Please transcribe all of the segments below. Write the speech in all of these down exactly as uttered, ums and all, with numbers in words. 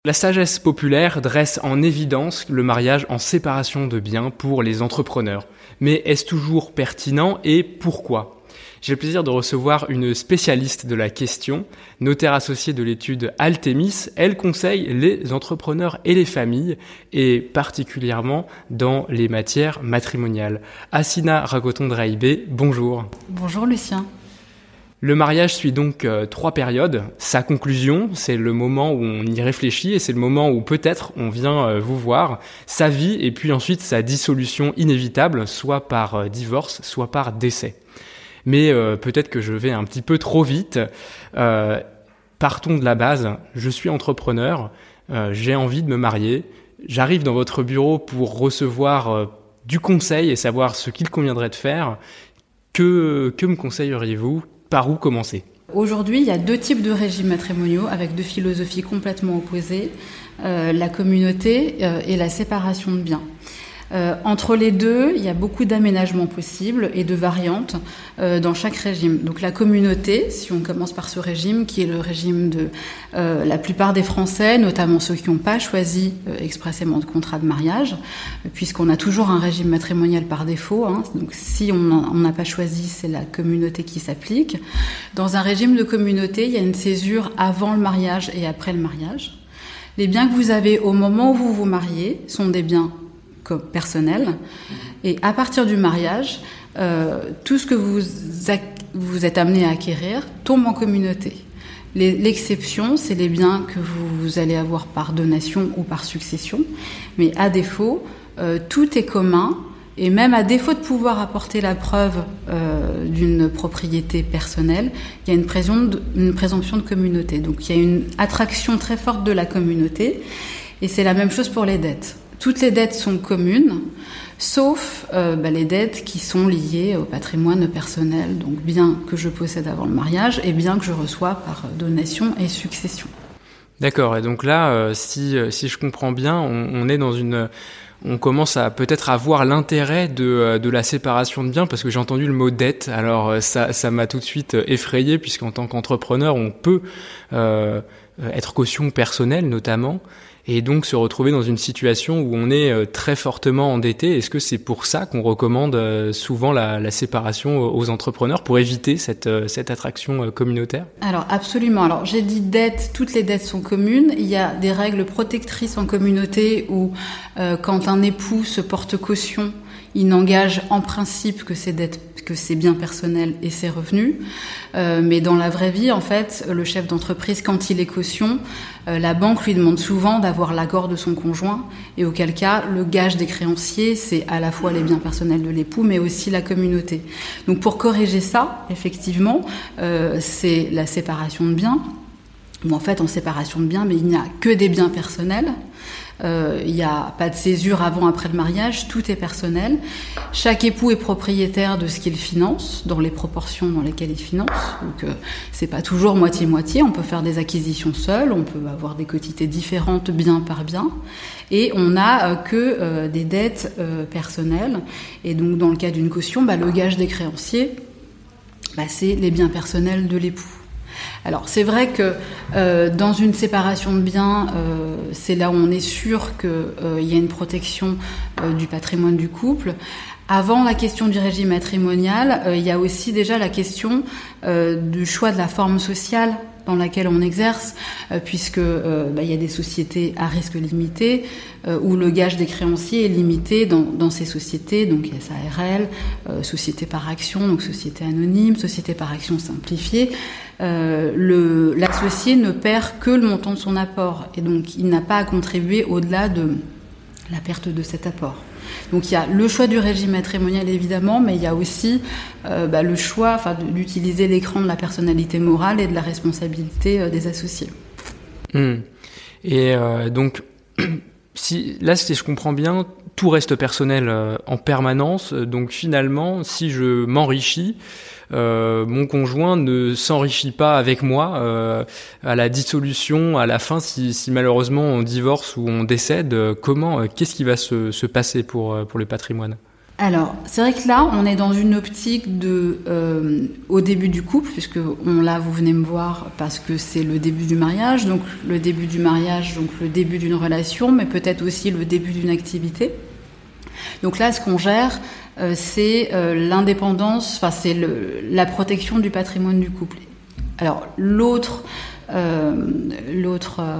La sagesse populaire dresse en évidence le mariage en séparation de biens pour les entrepreneurs. Mais est-ce toujours pertinent et pourquoi ? J'ai le plaisir de recevoir une spécialiste de la question, notaire associée de l'étude Altémis. Elle conseille les entrepreneurs et les familles, et particulièrement dans les matières matrimoniales. Assina Ragoton-Draibé, bonjour. Bonjour Lucien. Le mariage suit donc euh, trois périodes. Sa conclusion, c'est le moment où on y réfléchit et c'est le moment où peut-être on vient euh, vous voir. Sa vie et puis ensuite sa dissolution inévitable, soit par euh, divorce, soit par décès. Mais euh, peut-être que je vais un petit peu trop vite. Euh, partons de la base. Je suis entrepreneur, euh, j'ai envie de me marier. J'arrive dans votre bureau pour recevoir euh, du conseil et savoir ce qu'il conviendrait de faire. Que, que me conseilleriez-vous ? Par où commencer ? Aujourd'hui, il y a deux types de régimes matrimoniaux avec deux philosophies complètement opposées, euh, la communauté euh, et la séparation de biens. Euh, entre les deux, il y a beaucoup d'aménagements possibles et de variantes euh, dans chaque régime. Donc la communauté, si on commence par ce régime, qui est le régime de euh, la plupart des Français, notamment ceux qui n'ont pas choisi euh, expressément de contrat de mariage, puisqu'on a toujours un régime matrimonial par défaut. Hein. Donc si on n'a pas choisi, c'est la communauté qui s'applique. Dans un régime de communauté, il y a une césure avant le mariage et après le mariage. Les biens que vous avez au moment où vous vous mariez sont des biens personnel, et à partir du mariage, euh, tout ce que vous, vous êtes amené à acquérir tombe en communauté. Les, l'exception, c'est les biens que vous, vous allez avoir par donation ou par succession, mais à défaut, euh, tout est commun, et même à défaut de pouvoir apporter la preuve euh, d'une propriété personnelle, il y a une, présomption de, une présomption de communauté. Donc il y a une attraction très forte de la communauté, et c'est la même chose pour les dettes. Toutes les dettes sont communes, sauf euh, bah, les dettes qui sont liées au patrimoine personnel, donc biens que je possède avant le mariage et biens que je reçois par donation et succession. D'accord, et donc là, euh, si, si je comprends bien, on, on est dans une... On commence à peut-être à voir l'intérêt de, de la séparation de biens, parce que j'ai entendu le mot dette, alors ça, ça m'a tout de suite effrayé, puisqu'en tant qu'entrepreneur, on peut euh, être caution personnelle notamment, et donc se retrouver dans une situation où on est très fortement endetté. Est-ce que c'est pour ça qu'on recommande souvent la, la séparation aux entrepreneurs, pour éviter cette, cette attraction communautaire ? Alors absolument. Alors j'ai dit dette, toutes les dettes sont communes. Il y a des règles protectrices en communauté où euh, quand un époux se porte caution, il n'engage en principe que ses dettes, que ses biens personnels et ses revenus. Euh, mais dans la vraie vie, en fait, le chef d'entreprise, quand il est caution, euh, la banque lui demande souvent d'avoir l'accord de son conjoint, et auquel cas, le gage des créanciers, c'est à la fois les biens personnels de l'époux, mais aussi la communauté. Donc pour corriger ça, effectivement, euh, c'est la séparation de biens. Bon, en fait, en séparation de biens, mais il n'y a que des biens personnels. Euh, il n'y a pas de césure avant, après le mariage, tout est personnel. Chaque époux est propriétaire de ce qu'il finance, dans les proportions dans lesquelles il finance. Donc, euh, c'est pas toujours moitié-moitié. On peut faire des acquisitions seules, on peut avoir des quotités différentes, bien par bien. Et on n'a euh, que euh, des dettes euh, personnelles. Et donc, dans le cas d'une caution, bah, le gage des créanciers, bah, c'est les biens personnels de l'époux. Alors c'est vrai que euh, dans une séparation de biens, euh, c'est là où on est sûr qu'il euh, y a une protection euh, du patrimoine du couple. Avant la question du régime matrimonial, euh, il y a aussi déjà la question euh, du choix de la forme sociale dans laquelle on exerce, euh, puisque euh, bah, y a des sociétés à risque limité euh, où le gage des créanciers est limité dans, dans ces sociétés, donc il y a S A R L, euh, société par action, donc société anonyme, société par action simplifiée. Euh, le, l'associé ne perd que le montant de son apport, et donc il n'a pas à contribuer au-delà de la perte de cet apport. Donc il y a le choix du régime matrimonial évidemment, mais il y a aussi euh, bah, le choix enfin, d'utiliser l'écran de la personnalité morale et de la responsabilité euh, des associés. Mmh. Et euh, donc, si, là, si je comprends bien, tout reste personnel euh, en permanence. Donc finalement, si je m'enrichis, Euh, mon conjoint ne s'enrichit pas avec moi euh, à la dissolution, à la fin, si, si malheureusement on divorce ou on décède, comment, euh, qu'est-ce qui va se, se passer pour, pour le patrimoine ? Alors, c'est vrai que là, on est dans une optique de, euh, au début du couple, puisque on, là, vous venez me voir parce que c'est le début du mariage, donc le début du mariage, donc le début d'une relation, mais peut-être aussi le début d'une activité. Donc là, ce qu'on gère, euh, c'est euh, l'indépendance, enfin, c'est le, la protection du patrimoine du couple. Alors, l'autre, euh, l'autre euh,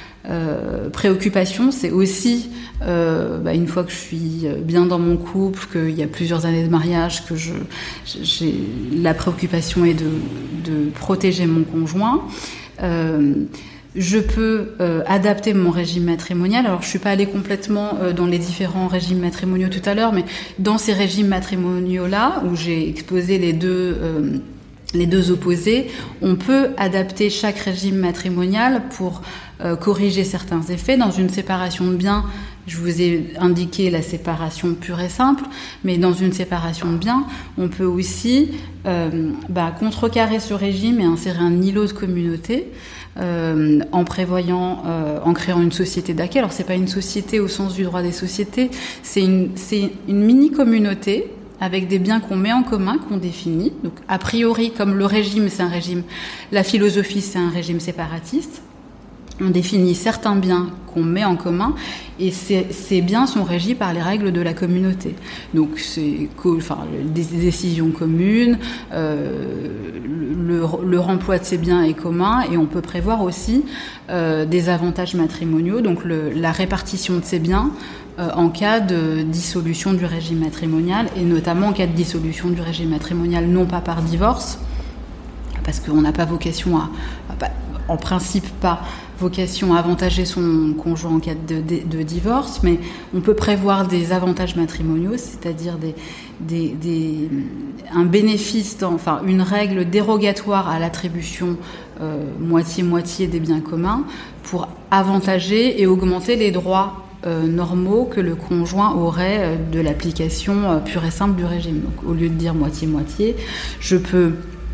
euh, préoccupation, c'est aussi, euh, bah, une fois que je suis bien dans mon couple, qu'il y a plusieurs années de mariage, que je, j'ai, la préoccupation est de, de protéger mon conjoint. Euh, Je peux euh, adapter mon régime matrimonial. Alors, je suis pas allée complètement euh, dans les différents régimes matrimoniaux tout à l'heure, mais dans ces régimes matrimoniaux-là, où j'ai exposé les deux, euh, les deux opposés, on peut adapter chaque régime matrimonial pour euh, corriger certains effets. Dans une séparation de biens, je vous ai indiqué la séparation pure et simple, mais dans une séparation de biens, on peut aussi euh, bah, contrecarrer ce régime et insérer un îlot de communauté. Euh, en prévoyant, euh, en créant une société d'acquis. Alors, c'est pas une société au sens du droit des sociétés, c'est une, c'est une mini-communauté avec des biens qu'on met en commun, qu'on définit. Donc, a priori, comme le régime, c'est un régime, la philosophie, c'est un régime séparatiste. On définit certains biens qu'on met en commun et ces, ces biens sont régis par les règles de la communauté. Donc, c'est enfin, des décisions communes, euh, le, le remploi de ces biens est commun et on peut prévoir aussi euh, des avantages matrimoniaux, donc le, la répartition de ces biens euh, en cas de dissolution du régime matrimonial et notamment en cas de dissolution du régime matrimonial, non pas par divorce, parce qu'on n'a pas vocation à, à en principe pas vocation à avantager son conjoint en cas de, de, de divorce, mais on peut prévoir des avantages matrimoniaux, c'est-à-dire des, des, des, un bénéfice, dans, enfin une règle dérogatoire à l'attribution euh, moitié-moitié des biens communs pour avantager et augmenter les droits euh, normaux que le conjoint aurait euh, de l'application euh, pure et simple du régime. Donc au lieu de dire moitié-moitié, je peux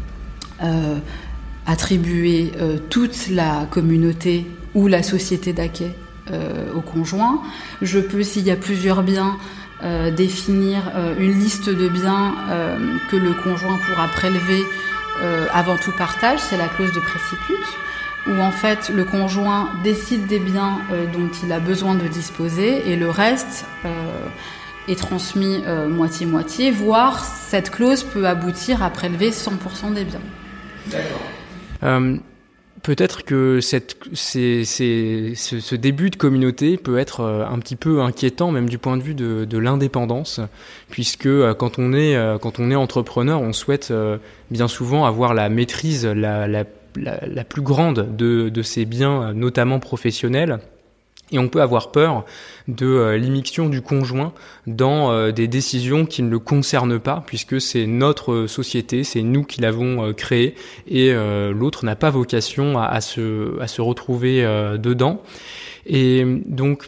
euh, attribuer euh, toute la communauté ou la société d'acquet euh, au conjoint. Je peux, s'il y a plusieurs biens, euh, définir euh, une liste de biens euh, que le conjoint pourra prélever euh, avant tout partage, c'est la clause de préciput, où en fait le conjoint décide des biens euh, dont il a besoin de disposer et le reste euh, est transmis euh, moitié-moitié, voire cette clause peut aboutir à prélever cent pour cent des biens. D'accord. Euh, peut-être que cette, c'est, c'est, ce, ce début de communauté peut être un petit peu inquiétant, même du point de vue de, de l'indépendance, puisque quand on est, quand on est entrepreneur, on souhaite bien souvent avoir la maîtrise la, la, la, la plus grande de, de ses biens, notamment professionnels. Et on peut avoir peur de euh, l'immixtion du conjoint dans euh, des décisions qui ne le concernent pas, puisque c'est notre société, c'est nous qui l'avons euh, créée, et euh, l'autre n'a pas vocation à, à, se, à se retrouver euh, dedans. Et donc,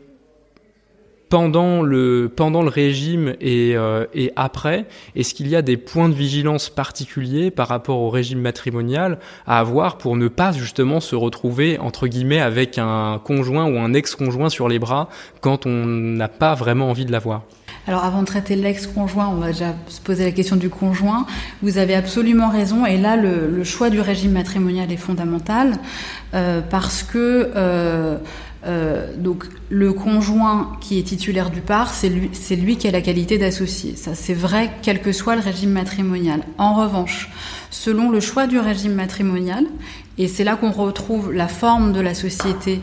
pendant le, pendant le régime et, euh, et après, est-ce qu'il y a des points de vigilance particuliers par rapport au régime matrimonial à avoir pour ne pas justement se retrouver, entre guillemets, avec un conjoint ou un ex-conjoint sur les bras quand on n'a pas vraiment envie de l'avoir ? Alors avant de traiter l'ex-conjoint, on va déjà se poser la question du conjoint. Vous avez absolument raison et là le, le choix du régime matrimonial est fondamental euh, parce que euh, Euh, donc le conjoint qui est titulaire du part, c'est lui, c'est lui qui a la qualité d'associé. Ça, c'est vrai, quel que soit le régime matrimonial. En revanche, selon le choix du régime matrimonial, et c'est là qu'on retrouve la forme de la société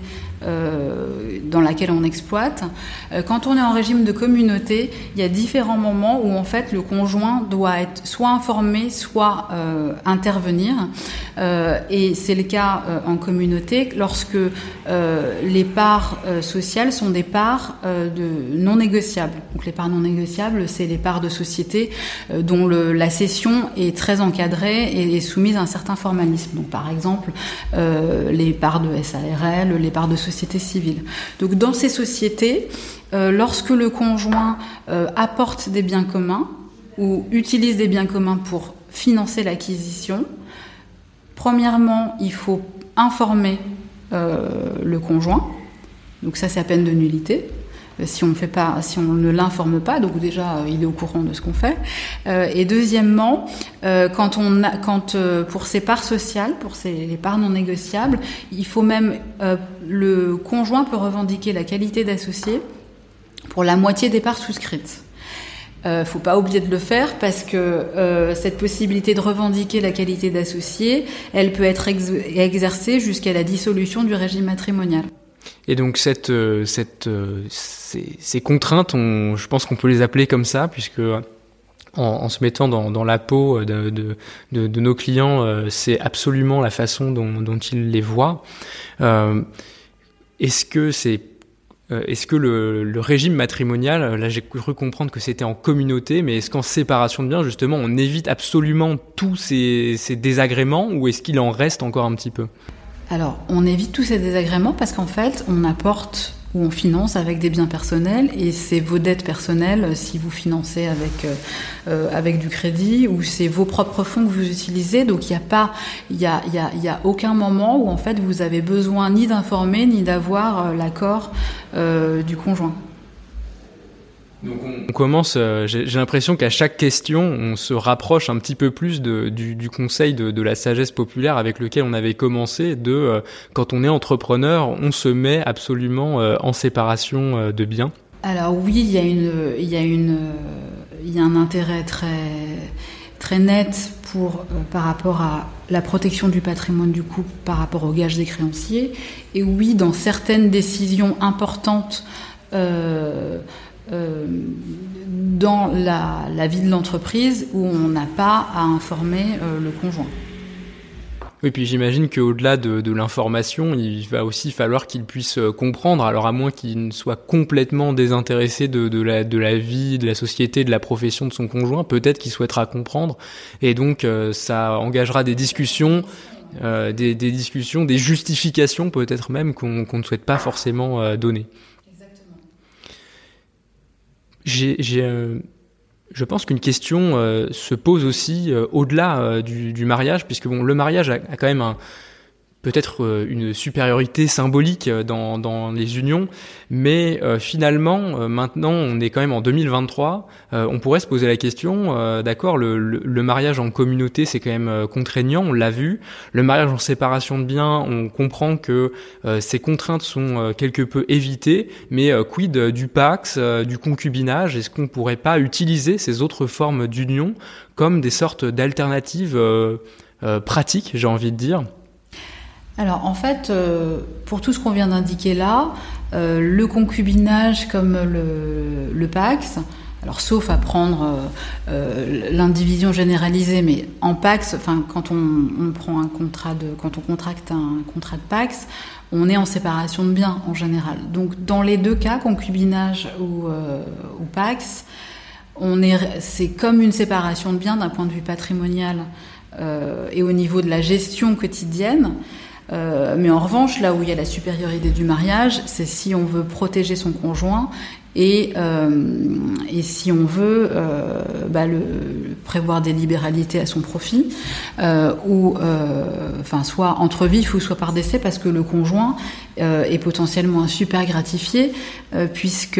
euh, dans laquelle on exploite. Euh, quand on est en régime de communauté, il y a différents moments où en fait le conjoint doit être soit informé, soit euh, intervenir. Euh, et c'est le cas euh, en communauté lorsque euh, les parts euh, sociales sont des parts euh, de non négociables. Donc les parts non négociables, c'est les parts de société euh, dont le, la cession est très encadrée et est soumise à un certain formalisme. Donc par exemple euh, les parts de S A R L, les parts de société civile. Donc dans ces sociétés, euh, lorsque le conjoint euh, apporte des biens communs ou utilise des biens communs pour financer l'acquisition, premièrement, il faut informer euh, le conjoint. Donc ça, c'est à peine de nullité. si on fait pas, si on ne l'informe pas. Donc déjà, euh, il est au courant de ce qu'on fait. Euh, et deuxièmement, euh, quand on a, quand euh, pour ces parts sociales, pour ces les parts non négociables, il faut même euh, le conjoint peut revendiquer la qualité d'associé pour la moitié des parts souscrites. Euh, faut pas oublier de le faire parce que euh, cette possibilité de revendiquer la qualité d'associé, elle peut être ex- exercée jusqu'à la dissolution du régime matrimonial. Et donc cette, euh, cette, euh, ces, ces contraintes, on, je pense qu'on peut les appeler comme ça, puisque en, en se mettant dans, dans la peau de, de, de, de nos clients, euh, c'est absolument la façon dont, dont ils les voient. Euh, est-ce que c'est Est-ce que le, le régime matrimonial, là j'ai cru comprendre que c'était en communauté, mais est-ce qu'en séparation de biens, justement, on évite absolument tous ces, ces désagréments ou est-ce qu'il en reste encore un petit peu ? Alors, on évite tous ces désagréments parce qu'en fait, on apporte ou on finance avec des biens personnels et c'est vos dettes personnelles si vous financez avec euh, avec du crédit ou c'est vos propres fonds que vous utilisez. Donc il y a pas il y a il y a il y a aucun moment où en fait vous avez besoin ni d'informer ni d'avoir euh, l'accord euh, du conjoint. Donc on commence, euh, j'ai, j'ai l'impression qu'à chaque question, on se rapproche un petit peu plus de, du, du conseil de, de la sagesse populaire avec lequel on avait commencé, de euh, quand on est entrepreneur, on se met absolument euh, en séparation euh, de biens. Alors oui, il y a une, il y a une, il y a un intérêt très, très net pour euh, par rapport à la protection du patrimoine du couple par rapport aux gages des créanciers. Et oui, dans certaines décisions importantes. Euh, Euh, dans la, la vie de l'entreprise où on n'a pas à informer euh, le conjoint. Oui, puis j'imagine qu'au-delà de, de l'information, il va aussi falloir qu'il puisse comprendre, alors à moins qu'il ne soit complètement désintéressé de, de, la, de la vie, de la société, de la profession de son conjoint, peut-être qu'il souhaitera comprendre, et donc euh, ça engagera des discussions, euh, des, des discussions, des justifications peut-être même qu'on, qu'on ne souhaite pas forcément euh, donner. J'ai, j'ai, euh, je pense qu'une question euh, se pose aussi euh, au-delà euh, du, du mariage, puisque bon, le mariage a, a quand même un, peut-être euh, une supériorité symbolique dans, dans les unions, mais euh, finalement, euh, maintenant, on est quand même en deux mille vingt-trois, euh, on pourrait se poser la question, euh, d'accord, le, le, le mariage en communauté, c'est quand même euh, contraignant, on l'a vu, le mariage en séparation de biens, on comprend que euh, ces contraintes sont euh, quelque peu évitées, mais euh, quid du pax, euh, du concubinage, est-ce qu'on pourrait pas utiliser ces autres formes d'union comme des sortes d'alternatives euh, euh, pratiques, j'ai envie de dire ? Alors en fait, euh, pour tout ce qu'on vient d'indiquer là, euh, le concubinage comme le, le pax, alors sauf à prendre euh, euh, l'indivision généralisée, mais en pax, enfin quand on, on prend un contrat de, quand on contracte un contrat de pax, on est en séparation de biens en général. Donc dans les deux cas, concubinage ou, euh, ou pax, on est, c'est comme une séparation de biens d'un point de vue patrimonial euh, et au niveau de la gestion quotidienne. Euh, mais en revanche, là où il y a la supériorité du mariage, c'est si on veut protéger son conjoint et, euh, et si on veut euh, bah le, prévoir des libéralités à son profit, euh, ou euh, enfin soit entre vif ou soit par décès, parce que le conjoint euh, est potentiellement un super gratifié, euh, puisque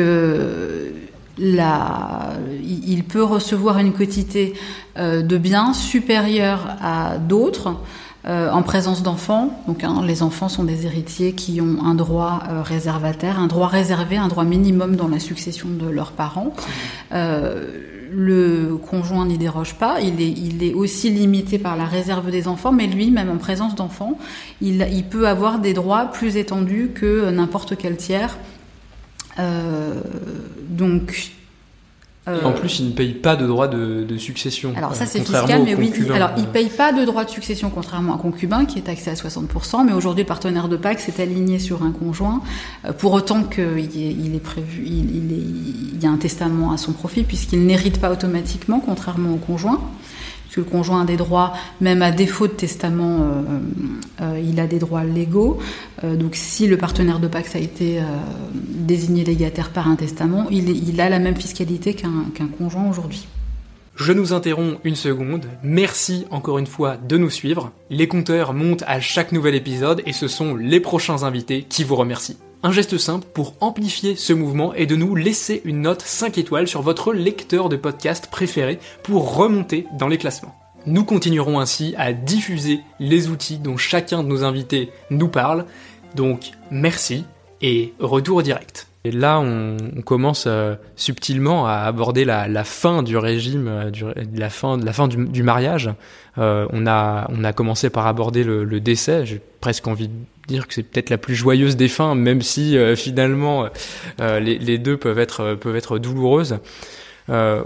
la, il peut recevoir une quotité euh, de biens supérieure à d'autres. Euh, en présence d'enfants, donc hein, les enfants sont des héritiers qui ont un droit euh, réservataire, un droit réservé, un droit minimum dans la succession de leurs parents. Euh, le conjoint n'y déroge pas, il est, il est aussi limité par la réserve des enfants, mais lui, même en présence d'enfants, il, il peut avoir des droits plus étendus que n'importe quel tiers. Euh, donc Euh, en plus, il ne paye pas de droit de, de succession. Alors ça, euh, c'est fiscal, mais oui. concubin. Alors, il ne paye pas de droit de succession, contrairement à un concubin, qui est taxé à soixante pour cent. Mais aujourd'hui, le partenaire de pax est aligné sur un conjoint, euh, pour autant qu'il est, il est prévu, il, il, est, il y a un testament à son profit, puisqu'il n'hérite pas automatiquement, contrairement au conjoint. Puisque le conjoint a des droits, même à défaut de testament, euh, euh, il a des droits légaux. Euh, donc si le partenaire de pax a été euh, désigné légataire par un testament, il, il a la même fiscalité qu'un, qu'un conjoint aujourd'hui. Je nous interromps une seconde. Merci encore une fois de nous suivre. Les compteurs montent à chaque nouvel épisode et ce sont les prochains invités qui vous remercient. Un geste simple pour amplifier ce mouvement est de nous laisser une note cinq étoiles sur votre lecteur de podcast préféré pour remonter dans les classements. Nous continuerons ainsi à diffuser les outils dont chacun de nos invités nous parle. Donc merci et retour direct. Et là, on, on commence euh, subtilement à aborder la, la fin du régime, euh, du, la fin, la fin du, du mariage. Euh, on a, on a commencé par aborder le, le décès. J'ai presque envie de dire que c'est peut-être la plus joyeuse des fins, même si euh, finalement euh, les, les deux peuvent être, peuvent être douloureuses. Euh,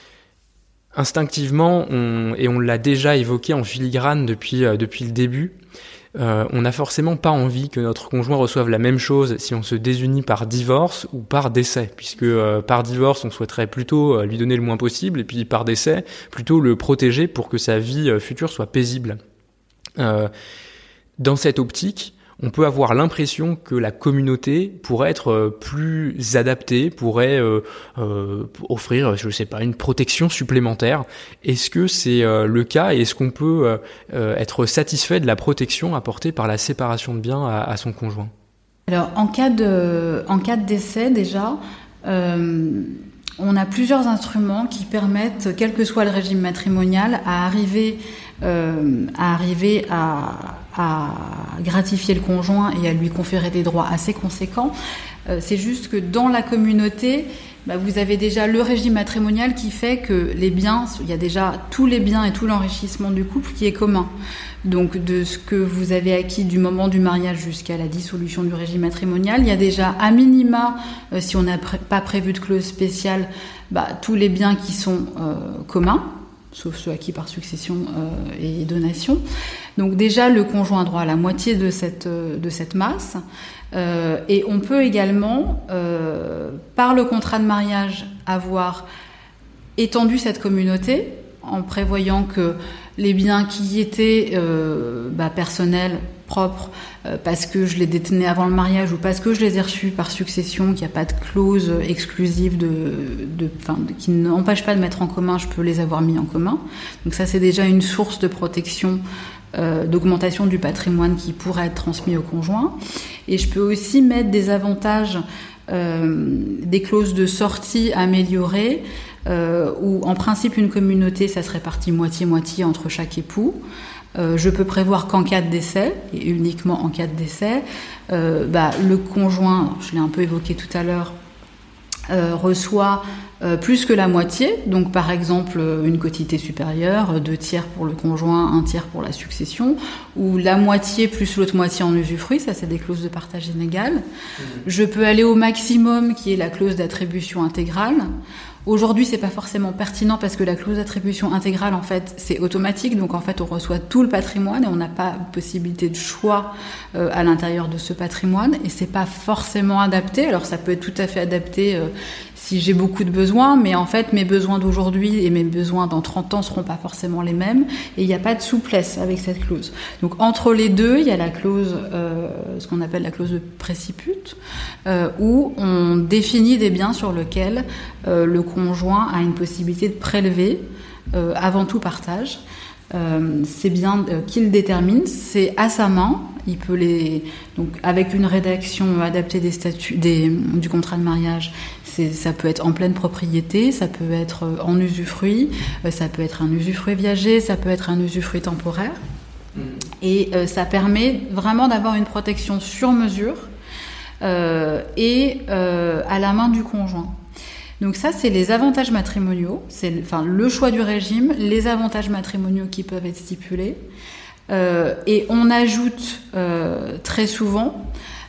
instinctivement, on, et on l'a déjà évoqué en filigrane depuis, euh, depuis le début, Euh, on n'a forcément pas envie que notre conjoint reçoive la même chose si on se désunit par divorce ou par décès, puisque euh, par divorce on souhaiterait plutôt euh, lui donner le moins possible, et puis par décès plutôt le protéger pour que sa vie euh, future soit paisible. Euh, dans cette optique, on peut avoir l'impression que la communauté pourrait être euh, plus adaptée, pourrait euh, euh, offrir, je sais pas, une protection supplémentaire. Est-ce que c'est euh, le cas, et est-ce qu'on peut euh, euh, être satisfait de la protection apportée par la séparation de biens à, à son conjoint ? Alors, en cas de, en cas de décès, déjà, euh, on a plusieurs instruments qui permettent, quel que soit le régime matrimonial, à arriver, euh, à, arriver à, à gratifier le conjoint et à lui conférer des droits assez conséquents. Euh, c'est juste que dans la communauté, bah, vous avez déjà le régime matrimonial qui fait que les biens, il y a déjà tous les biens et tout l'enrichissement du couple qui est commun. Donc de ce que vous avez acquis du moment du mariage jusqu'à la dissolution du régime matrimonial, il y a déjà à minima, euh, si on n'a pr- pas prévu de clause spéciale, bah, tous les biens qui sont euh, communs, sauf ceux acquis par succession euh, et donation. Donc déjà, le conjoint a droit à la moitié de cette, euh, de cette masse. Euh, et on peut également, euh, par le contrat de mariage, avoir étendu cette communauté en prévoyant que les biens qui étaient euh, bah, personnels, propres, euh, parce que je les détenais avant le mariage ou parce que je les ai reçus par succession, qu'il n'y a pas de clause exclusive de, de, enfin, de, qui n'empêche pas de mettre en commun, je peux les avoir mis en commun. Donc ça, c'est déjà une source de protection, euh, d'augmentation du patrimoine qui pourrait être transmis au conjoint. Et je peux aussi mettre des avantages, euh, des clauses de sortie améliorées, Euh, où en principe une communauté ça se répartit moitié-moitié entre chaque époux. Euh, je peux prévoir qu'en cas de décès, et uniquement en cas de décès, euh, bah, le conjoint, je l'ai un peu évoqué tout à l'heure, euh, reçoit euh, plus que la moitié, donc par exemple une quotité supérieure, deux tiers pour le conjoint, un tiers pour la succession, ou la moitié plus l'autre moitié en usufruit, ça c'est des clauses de partage inégal. Mmh. Je peux aller au maximum qui est la clause d'attribution intégrale. Aujourd'hui, c'est pas forcément pertinent parce que la clause d'attribution intégrale, en fait, c'est automatique. Donc, en fait, on reçoit tout le patrimoine et on n'a pas possibilité de choix euh, à l'intérieur de ce patrimoine. Et c'est pas forcément adapté. Alors, ça peut être tout à fait adapté euh, si j'ai beaucoup de besoins, mais en fait, mes besoins d'aujourd'hui et mes besoins dans trente ans seront pas forcément les mêmes. Et il n'y a pas de souplesse avec cette clause. Donc, entre les deux, il y a la clause, euh, ce qu'on appelle la clause de préciput, euh, où on définit des biens sur lesquels euh, le conjoint a une possibilité de prélever euh, avant tout partage. Euh, c'est bien euh, qu'il détermine, c'est à sa main. Il peut les donc avec une rédaction adaptée des statuts des, du contrat de mariage. C'est, ça peut être en pleine propriété, ça peut être en usufruit, euh, ça peut être un usufruit viager, ça peut être un usufruit temporaire. Mmh. Et euh, ça permet vraiment d'avoir une protection sur mesure euh, et euh, à la main du conjoint. Donc ça, c'est les avantages matrimoniaux, c'est enfin, le choix du régime, les avantages matrimoniaux qui peuvent être stipulés. Euh, et on ajoute euh, très souvent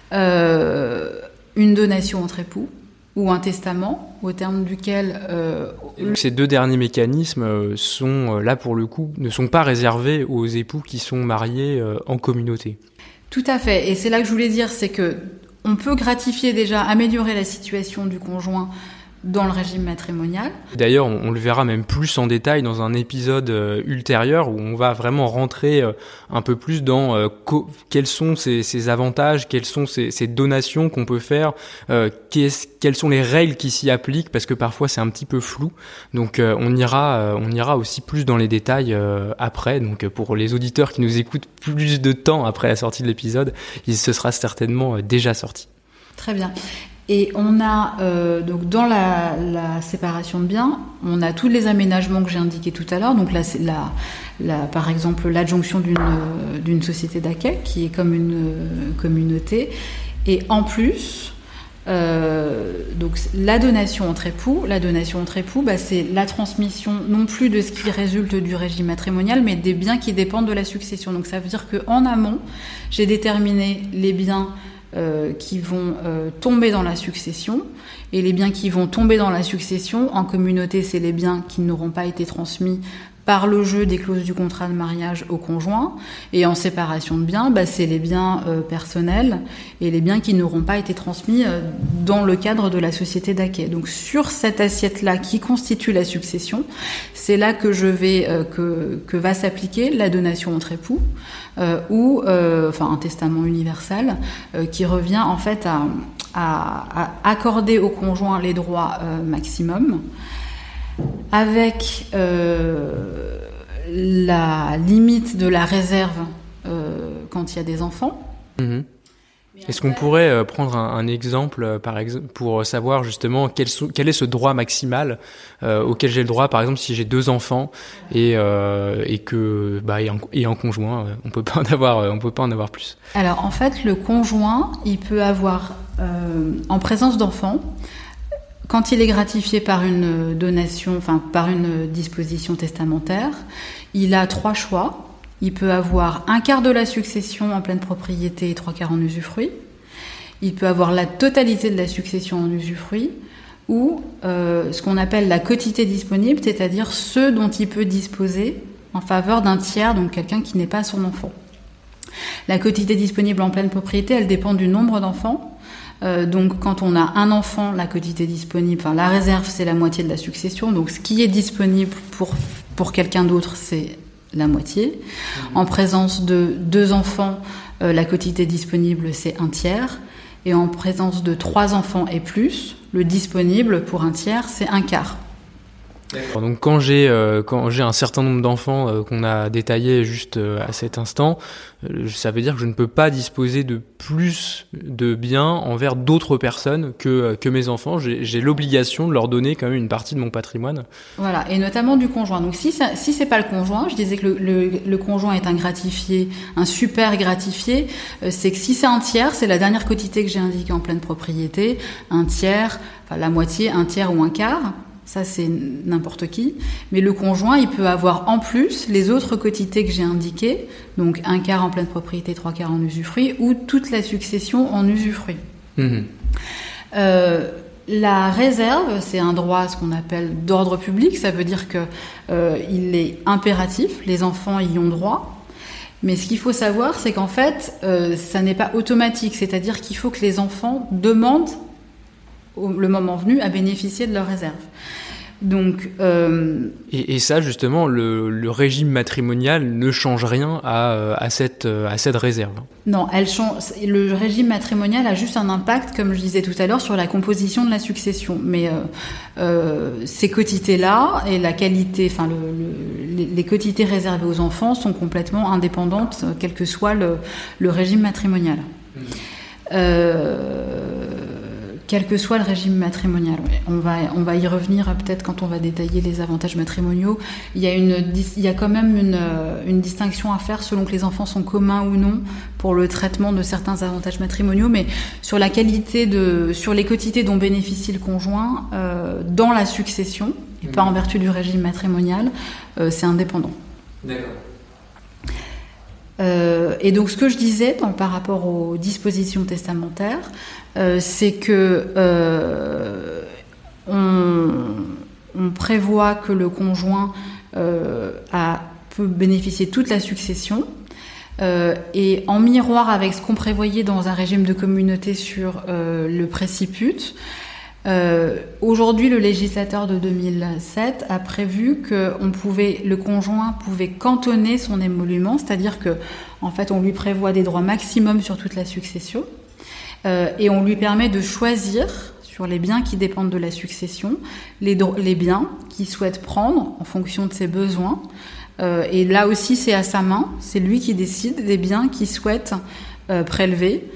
euh, une donation entre époux ou un testament au terme duquel... Euh, Ces deux derniers mécanismes sont, là pour le coup, ne sont pas réservés aux époux qui sont mariés en communauté. Tout à fait. Et c'est là que je voulais dire, c'est que on peut gratifier déjà, améliorer la situation du conjoint dans le régime matrimonial. D'ailleurs, on, on le verra même plus en détail dans un épisode euh, ultérieur où on va vraiment rentrer euh, un peu plus dans euh, co- quels sont ces, ces avantages, quelles sont ces, ces donations qu'on peut faire, euh, quelles sont les règles qui s'y appliquent, parce que parfois c'est un petit peu flou. Donc euh, on ira, euh, on ira aussi plus dans les détails euh, après. Donc pour les auditeurs qui nous écoutent plus de temps après la sortie de l'épisode, il se sera certainement euh, déjà sorti. Très bien. Et on a, euh, donc dans la, la séparation de biens, on a tous les aménagements que j'ai indiqués tout à l'heure. Donc là, c'est la, la, par exemple, l'adjonction d'une, d'une société d'accueil qui est comme une communauté. Et en plus, euh, donc la donation entre époux, la donation entre époux, bah, c'est la transmission non plus de ce qui résulte du régime matrimonial, mais des biens qui dépendent de la succession. Donc ça veut dire qu'en amont, j'ai déterminé les biens Euh, qui vont euh, tomber dans la succession, et les biens qui vont tomber dans la succession en communauté, c'est les biens qui n'auront pas été transmis par le jeu des clauses du contrat de mariage au conjoint, et en séparation de biens, bah, c'est les biens euh, personnels et les biens qui n'auront pas été transmis euh, dans le cadre de la société d'acquet. Donc sur cette assiette-là qui constitue la succession, c'est là que je vais euh, que, que va s'appliquer la donation entre époux, euh, ou euh, enfin un testament universel euh, qui revient en fait à, à, à accorder au conjoint les droits euh, maximum, avec euh, la limite de la réserve euh, quand il y a des enfants. Mmh. Est-ce qu'on pourrait euh, prendre un, un exemple, euh, par exemple, pour savoir justement quel, so- quel est ce droit maximal euh, auquel j'ai le droit, par exemple, si j'ai deux enfants et, euh, et que bah, et en, et en conjoint, euh, on peut pas en avoir, euh, on peut pas en avoir plus. Alors en fait, le conjoint, il peut avoir euh, en présence d'enfants. Quand il est gratifié par une donation, enfin par une disposition testamentaire, il a trois choix. Il peut avoir un quart de la succession en pleine propriété et trois quarts en usufruit. Il peut avoir la totalité de la succession en usufruit, ou euh, ce qu'on appelle la quotité disponible, c'est-à-dire ceux dont il peut disposer en faveur d'un tiers, donc quelqu'un qui n'est pas son enfant. La quotité disponible en pleine propriété, elle dépend du nombre d'enfants. Euh, donc quand on a un enfant, la quotité disponible, enfin la réserve, c'est la moitié de la succession. Donc ce qui est disponible pour, pour quelqu'un d'autre, c'est la moitié. Mmh. En présence de deux enfants, euh, la quotité disponible, c'est un tiers. Et en présence de trois enfants et plus, le disponible pour un tiers, c'est un quart. D'accord. Donc quand j'ai euh, quand j'ai un certain nombre d'enfants euh, qu'on a détaillé juste euh, à cet instant, euh, ça veut dire que je ne peux pas disposer de plus de biens envers d'autres personnes que que mes enfants. J'ai, j'ai l'obligation de leur donner quand même une partie de mon patrimoine. Voilà, et notamment du conjoint. Donc si ça, si c'est pas le conjoint, je disais que le, le, le conjoint est un gratifié, un super gratifié, euh, c'est que si c'est un tiers, c'est la dernière quotité que j'ai indiquée en pleine propriété, un tiers, enfin la moitié, un tiers ou un quart. Ça, c'est n'importe qui. Mais le conjoint, il peut avoir en plus les autres quotités que j'ai indiquées, donc un quart en pleine propriété, trois quarts en usufruit, ou toute la succession en usufruit. Mmh. Euh, la réserve, c'est un droit, ce qu'on appelle d'ordre public. Ça veut dire que euh, il est impératif, les enfants y ont droit. Mais ce qu'il faut savoir, c'est qu'en fait, euh, ça n'est pas automatique. C'est-à-dire qu'il faut que les enfants demandent le moment venu, à bénéficier de leur réserve. Donc, euh... et, et ça, justement, le, le régime matrimonial ne change rien à, à, cette, à cette réserve. Non, elle change, le régime matrimonial a juste un impact, comme je disais tout à l'heure, sur la composition de la succession. Mais euh, euh, ces quotités-là et la qualité, enfin, le, le, les, les quotités réservées aux enfants sont complètement indépendantes, quel que soit le, le régime matrimonial. Mmh. Euh... Quel que soit le régime matrimonial. On va, on va y revenir peut-être quand on va détailler les avantages matrimoniaux. Il y a, une, il y a quand même une, une distinction à faire selon que les enfants sont communs ou non pour le traitement de certains avantages matrimoniaux, mais sur la qualité de, sur les quotités dont bénéficie le conjoint euh, dans la succession, et mmh. pas en vertu du régime matrimonial, euh, c'est indépendant. D'accord. Euh, et donc ce que je disais donc, par rapport aux dispositions testamentaires, euh, c'est que euh, on, on prévoit que le conjoint euh, a, peut bénéficier de toute la succession, euh, et en miroir avec ce qu'on prévoyait dans un régime de communauté sur euh, le préciput. Euh, aujourd'hui, le législateur de deux mille sept a prévu que on pouvait, le conjoint pouvait cantonner son émolument, c'est-à-dire que, en fait, on lui prévoit des droits maximum sur toute la succession, euh, et on lui permet de choisir sur les biens qui dépendent de la succession les, les biens qu'il souhaite prendre en fonction de ses besoins. Euh, et là aussi, c'est à sa main, c'est lui qui décide des biens qu'il souhaite euh, prélever.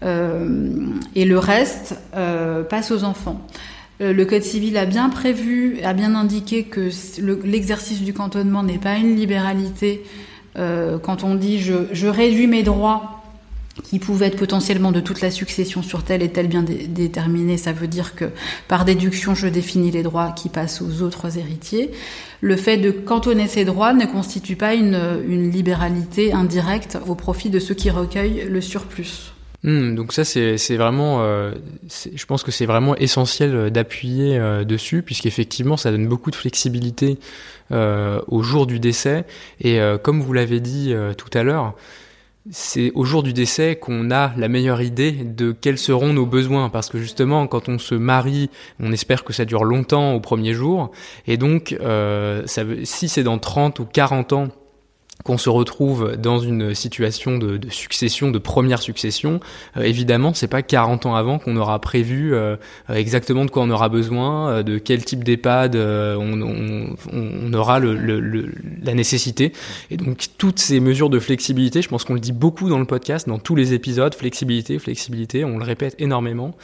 euh, et le reste euh, passe aux enfants. Le Code civil a bien prévu, a bien indiqué que le, l'exercice du cantonnement n'est pas une libéralité. Euh, quand on dit je, je réduis mes droits, qui pouvaient être potentiellement de toute la succession sur tel et tel bien dé- déterminé, ça veut dire que par déduction je définis les droits qui passent aux autres héritiers. Le fait de cantonner ces droits ne constitue pas une, une libéralité indirecte au profit de ceux qui recueillent le surplus. Mmh, donc ça c'est c'est vraiment euh, c'est, je pense que c'est vraiment essentiel d'appuyer euh, dessus, puisqu'effectivement ça donne beaucoup de flexibilité euh, au jour du décès, et euh, comme vous l'avez dit euh, tout à l'heure, c'est au jour du décès qu'on a la meilleure idée de quels seront nos besoins, parce que justement quand on se marie, on espère que ça dure longtemps au premier jour, et donc euh, ça veut, si c'est dans trente ou quarante ans qu'on se retrouve dans une situation de, de succession, de première succession, euh, évidemment, c'est pas quarante ans avant qu'on aura prévu euh, exactement de quoi on aura besoin, euh, de quel type d'EHPAD euh, on, on, on aura le, le, le, la nécessité. Et donc, toutes ces mesures de flexibilité, je pense qu'on le dit beaucoup dans le podcast, dans tous les épisodes, flexibilité, flexibilité, on le répète énormément.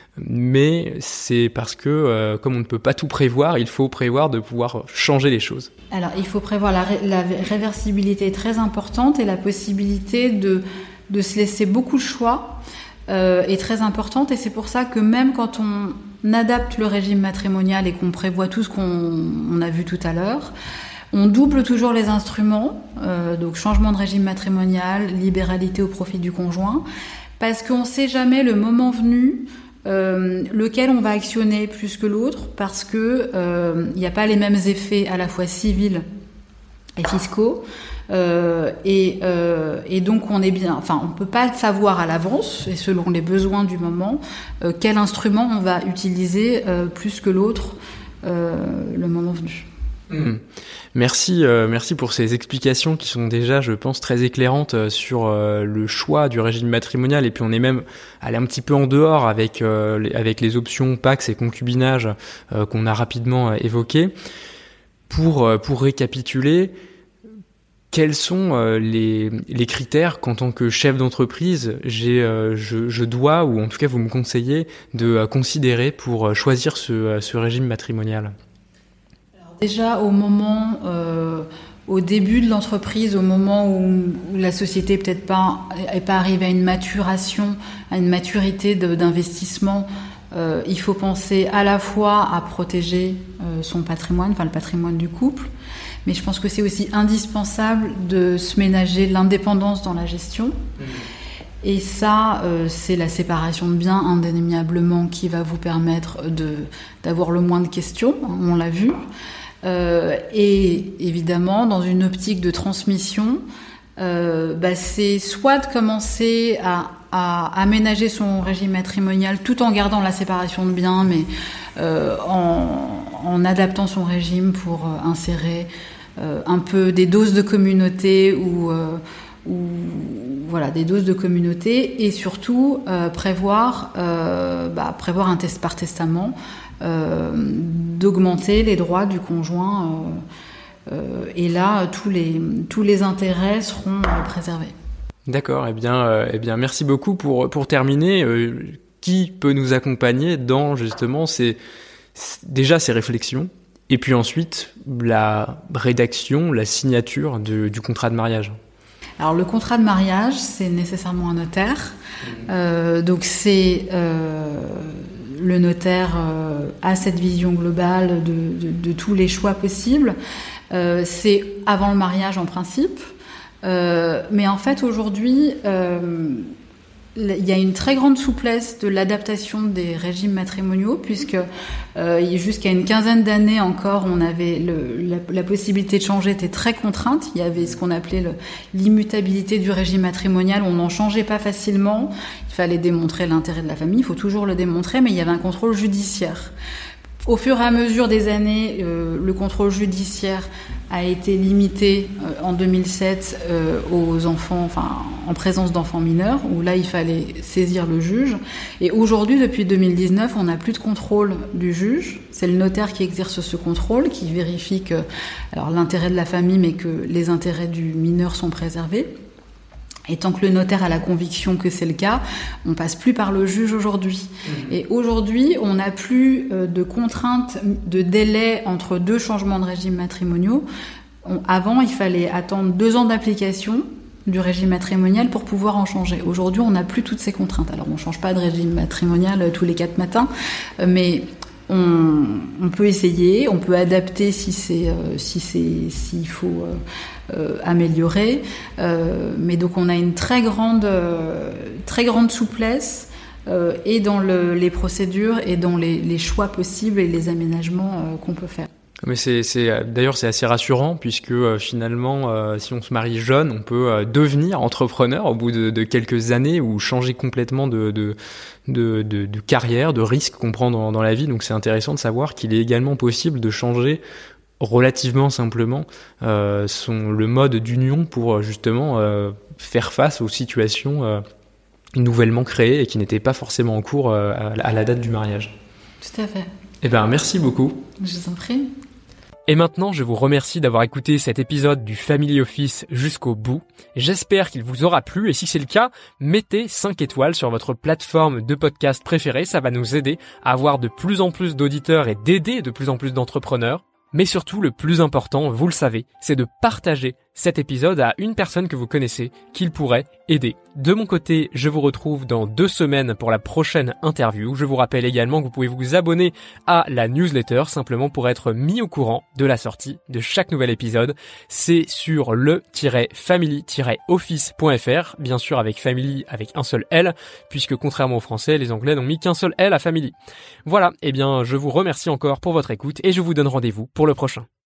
Mais c'est parce que, euh, comme on ne peut pas tout prévoir, il faut prévoir de pouvoir changer les choses. Alors, il faut prévoir la, ré- la réversibilité est très importante, et la possibilité de, de se laisser beaucoup de choix euh, est très importante. Et c'est pour ça que même quand on adapte le régime matrimonial et qu'on prévoit tout ce qu'on on a vu tout à l'heure, on double toujours les instruments, euh, donc changement de régime matrimonial, libéralité au profit du conjoint, parce qu'on ne sait jamais le moment venu Euh, lequel on va actionner plus que l'autre, parce que euh, il n'y a pas les mêmes effets à la fois civils et fiscaux, euh, et, euh, et donc on est bien, enfin on peut pas savoir à l'avance, et selon les besoins du moment, euh, quel instrument on va utiliser euh, plus que l'autre euh, le moment venu. Mmh. Merci, euh, merci pour ces explications qui sont déjà, je pense, très éclairantes euh, sur euh, le choix du régime matrimonial. Et puis on est même allé un petit peu en dehors avec euh, les, avec les options Pacs et concubinage euh, qu'on a rapidement euh, évoquées. Pour euh, pour récapituler, quels sont euh, les les critères qu'en tant que chef d'entreprise j'ai euh, je je dois, ou en tout cas vous me conseillez de euh, considérer pour euh, choisir ce euh, ce régime matrimonial? Déjà, au moment, euh, au début de l'entreprise, au moment où, où la société peut-être pas est pas arrivée à une maturation, à une maturité de, d'investissement, euh, il faut penser à la fois à protéger euh, son patrimoine, enfin le patrimoine du couple, mais je pense que c'est aussi indispensable de se ménager l'indépendance dans la gestion. Mmh. Et ça, euh, c'est la séparation de biens indéniablement qui va vous permettre de, d'avoir le moins de questions, hein, on l'a vu. Euh, et évidemment, dans une optique de transmission, euh, bah, c'est soit de commencer à, à aménager son régime matrimonial tout en gardant la séparation de biens, mais euh, en, en adaptant son régime pour euh, insérer euh, un peu des doses de communauté ou, euh, ou voilà, des doses de communauté, et surtout euh, prévoir, euh, bah, prévoir un test par testament. Euh, d'augmenter les droits du conjoint, euh, euh, et là tous les, tous les intérêts seront euh, préservés. D'accord, eh bien, euh, eh bien merci beaucoup. Pour, pour terminer, euh, qui peut nous accompagner dans justement ces, déjà ces réflexions, et puis ensuite la rédaction, la signature de, du contrat de mariage? Alors le contrat de mariage, c'est nécessairement un notaire, euh, donc c'est euh, le notaire euh, a cette vision globale de, de, de tous les choix possibles. Euh, c'est avant le mariage en principe, euh, mais en fait aujourd'hui, euh, il y a une très grande souplesse de l'adaptation des régimes matrimoniaux, puisque euh, jusqu'à une quinzaine d'années encore, on avait le, la, la possibilité de changer était très contrainte. Il y avait ce qu'on appelait le, l'immutabilité du régime matrimonial. On n'en changeait pas facilement. Il fallait démontrer l'intérêt de la famille. Il faut toujours le démontrer, mais il y avait un contrôle judiciaire. Au fur et à mesure des années, euh, le contrôle judiciaire a été limité euh, en deux mille sept euh, aux enfants, enfin en présence d'enfants mineurs, où là il fallait saisir le juge. Et aujourd'hui, depuis deux mille dix-neuf, on n'a plus de contrôle du juge. C'est le notaire qui exerce ce contrôle, qui vérifie que, alors l'intérêt de la famille, mais que les intérêts du mineur sont préservés. Et tant que le notaire a la conviction que c'est le cas, on passe plus par le juge aujourd'hui. Mmh. Et aujourd'hui, on n'a plus de contraintes de délai entre deux changements de régime matrimoniaux. On, avant, il fallait attendre deux ans d'application du régime matrimonial pour pouvoir en changer. Aujourd'hui, on n'a plus toutes ces contraintes. Alors, on ne change pas de régime matrimonial tous les quatre matins, mais on, on peut essayer, on peut adapter si c'est, euh, si c'est, s'il faut euh, euh, améliorer. Euh, mais donc, on a une très grande, euh, très grande souplesse euh, et dans le, les procédures et dans les, les choix possibles et les aménagements euh, qu'on peut faire. Mais c'est, c'est d'ailleurs c'est assez rassurant puisque euh, finalement euh, si on se marie jeune, on peut euh, devenir entrepreneur au bout de, de quelques années ou changer complètement de de, de de de carrière, de risque qu'on prend dans dans la vie. Donc c'est intéressant de savoir qu'il est également possible de changer relativement simplement euh, son le mode d'union pour justement euh, faire face aux situations euh, nouvellement créées et qui n'étaient pas forcément en cours euh, à, à la date du mariage. Tout à fait. Eh ben merci beaucoup. Je vous en prie. Et maintenant, je vous remercie d'avoir écouté cet épisode du Family Office jusqu'au bout. J'espère qu'il vous aura plu et si c'est le cas, mettez cinq étoiles sur votre plateforme de podcast préférée. Ça va nous aider à avoir de plus en plus d'auditeurs et d'aider de plus en plus d'entrepreneurs. Mais surtout, le plus important, vous le savez, c'est de partager cet épisode à une personne que vous connaissez qu'il pourrait aider. De mon côté, je vous retrouve dans deux semaines pour la prochaine interview. Je vous rappelle également que vous pouvez vous abonner à la newsletter simplement pour être mis au courant de la sortie de chaque nouvel épisode. C'est sur le family office point f r, bien sûr avec family avec un seul L, puisque contrairement aux Français, les Anglais n'ont mis qu'un seul L à family. Voilà, eh bien je vous remercie encore pour votre écoute et je vous donne rendez-vous pour le prochain.